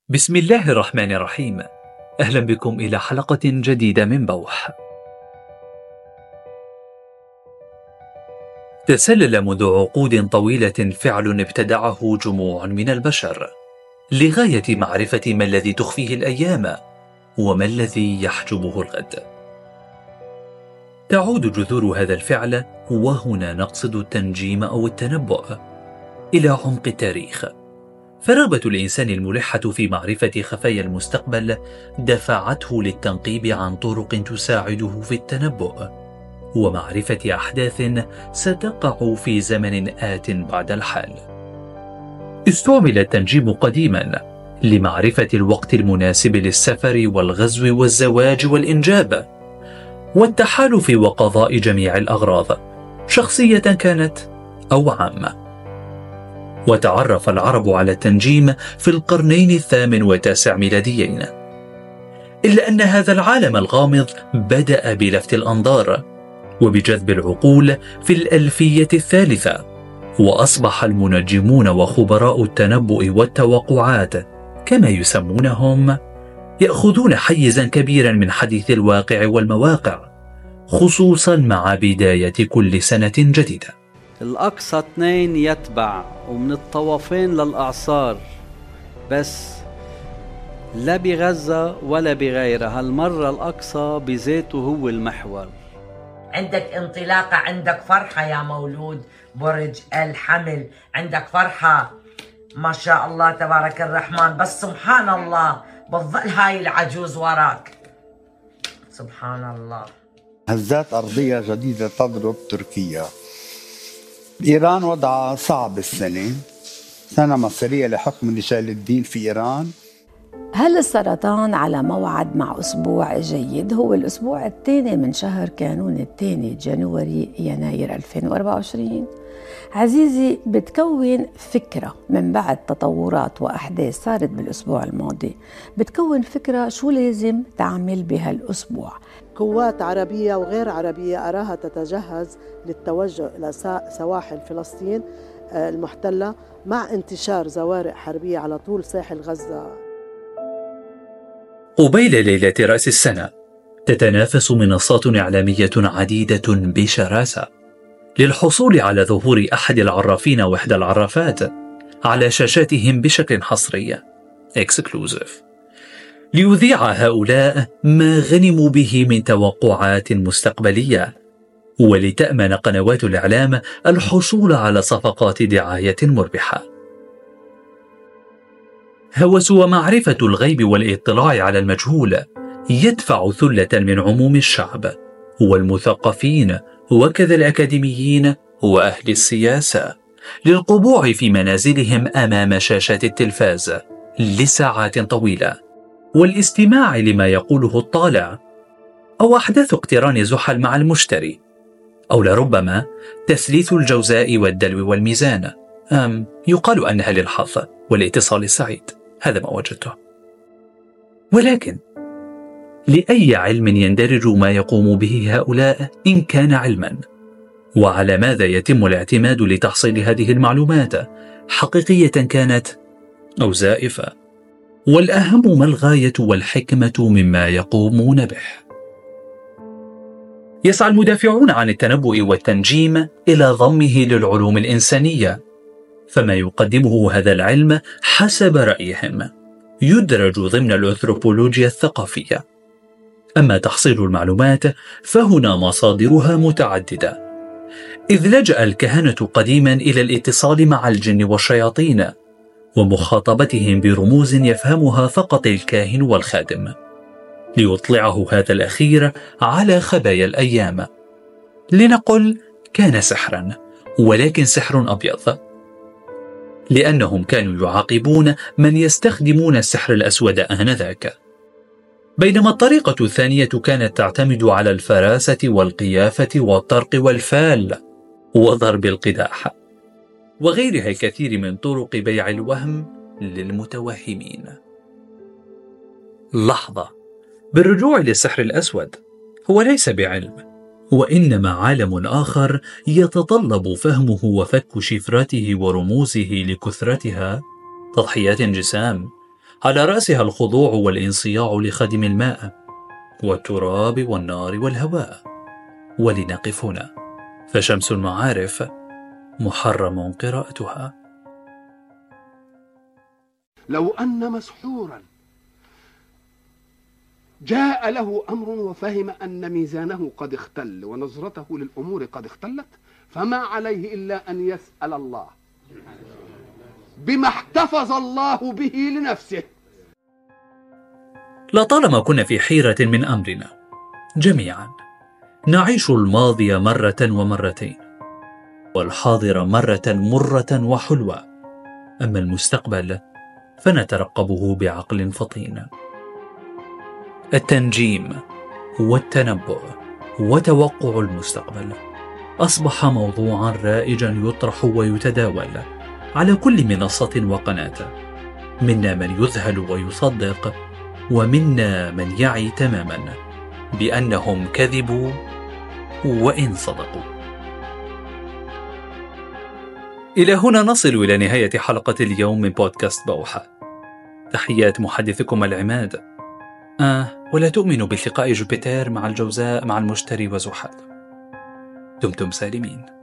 بسم الله الرحمن الرحيم. أهلا بكم إلى حلقة جديدة من بوح. تسلل منذ عقود طويلة فعل ابتدعه جموع من البشر لغاية معرفة ما الذي تخفيه الأيام وما الذي يحجبه الغد. تعود جذور هذا الفعل، وهنا نقصد التنجيم أو التنبؤ، إلى عمق التاريخ. فرغبة الإنسان الملحة في معرفة خفايا المستقبل دفعته للتنقيب عن طرق تساعده في التنبؤ ومعرفة أحداث ستقع في زمن آت بعد الحال. استعمل التنجيم قديما لمعرفة الوقت المناسب للسفر والغزو والزواج والإنجاب والتحالف وقضاء جميع الأغراض، شخصية كانت أو عامة. وتعرف العرب على التنجيم في القرنين 8 و9 ميلاديين، إلا أن هذا العالم الغامض بدأ بلفت الأنظار وبجذب العقول في الألفية الثالثة، وأصبح المنجمون وخبراء التنبؤ والتوقعات كما يسمونهم يأخذون حيزا كبيرا من حديث الواقع والمواقع، خصوصا مع بداية كل سنة جديدة. الأقصى 2 يتبع، ومن الطوافين للأعصار، بس لا بغزة ولا بغيرها. هالمرة الأقصى بذاته هو المحور. عندك انطلاقة، عندك فرحة يا مولود برج الحمل، عندك فرحة ما شاء الله تبارك الرحمن، بس سبحان الله بتظل هاي العجوز وراك. سبحان الله. هزات أرضية جديدة تضرب تركيا. إيران وضعها صعب السنة، سنة مصيرية لحكم رجال الدين في إيران. هل السرطان على موعد مع أسبوع جيد؟ هو الأسبوع الثاني من شهر كانون الثاني، جانوري يناير 2024. عزيزي، بتكون فكرة من بعد تطورات وأحداث صارت بالأسبوع الماضي، بتكون فكرة شو لازم تعمل بهالأسبوع. قوات عربية وغير عربية أراها تتجهز للتوجه إلى سواحل فلسطين المحتلة مع انتشار زوارق حربية على طول ساحل غزة. قبيل ليلة رأس السنة تتنافس منصات إعلامية عديدة بشراسة للحصول على ظهور أحد العرافين وإحدى العرافات على شاشاتهم بشكل حصري exclusive، ليذيع هؤلاء ما غنموا به من توقعات مستقبلية، ولتأمن قنوات الإعلام الحصول على صفقات دعاية مربحة. هوس ومعرفة الغيب والاطلاع على المجهول يدفع ثلة من عموم الشعب والمثقفين وكذا الأكاديميين وأهل السياسة للقبوع في منازلهم أمام شاشات التلفاز لساعات طويلة والاستماع لما يقوله الطالع، أو أحداث اقتران زحل مع المشتري، أو لربما تثليث الجوزاء والدلو والميزان، يقال أنها للحظ والاتصال السعيد. هذا ما وجدته. ولكن لأي علم يندرج ما يقوم به هؤلاء إن كان علما؟ وعلى ماذا يتم الاعتماد لتحصيل هذه المعلومات، حقيقية كانت أو زائفة؟ والأهم ما الغاية والحكمة مما يقومون به؟ يسعى المدافعون عن التنبؤ والتنجيم إلى ضمه للعلوم الإنسانية، فما يقدمه هذا العلم حسب رأيهم يدرج ضمن الأنثروبولوجيا الثقافية. أما تحصيل المعلومات فهنا مصادرها متعددة، إذ لجأ الكهنة قديما إلى الاتصال مع الجن والشياطين ومخاطبتهم برموز يفهمها فقط الكاهن والخادم، ليطلعه هذا الأخير على خبايا الأيام. لنقل كان سحرا، ولكن سحر أبيض، لأنهم كانوا يعاقبون من يستخدمون السحر الأسود آنذاك، بينما الطريقة الثانية كانت تعتمد على الفراسة والقيافة والطرق والفال وضرب القداح وغيرها الكثير من طرق بيع الوهم للمتوهمين. لحظة، بالرجوع للسحر الأسود، هو ليس بعلم، وإنما عالم آخر يتطلب فهمه وفك شفراته ورموزه لكثرتها، تضحيات جسام على رأسها الخضوع والانصياع لخادم الماء والتراب والنار والهواء. ولنقف هنا، فشمس المعارف محرم قراءتها. لو أن مسحورا جاء له أمر وفهم أن ميزانه قد اختل ونظرته للأمور قد اختلت، فما عليه إلا أن يسأل الله بما احتفظ الله به لنفسه. لطالما كنا في حيرة من أمرنا جميعا، نعيش الماضي مرة ومرتين، والحاضر مرة مرة وحلوة، أما المستقبل فنترقبه بعقل فطين. التنجيم والتنبؤ وتوقع المستقبل أصبح موضوعا رائجا يطرح ويتداول على كل منصة وقناة، منا من يذهل ويصدق، ومنا من يعي تماما بأنهم كذبوا وإن صدقوا. إلى هنا نصل إلى نهاية حلقة اليوم من بودكاست بوحة. تحيات محدثكم العماد. ولا تؤمنوا بالتقاء جوبيتر مع الجوزاء مع المشتري وزحل. دمتم سالمين.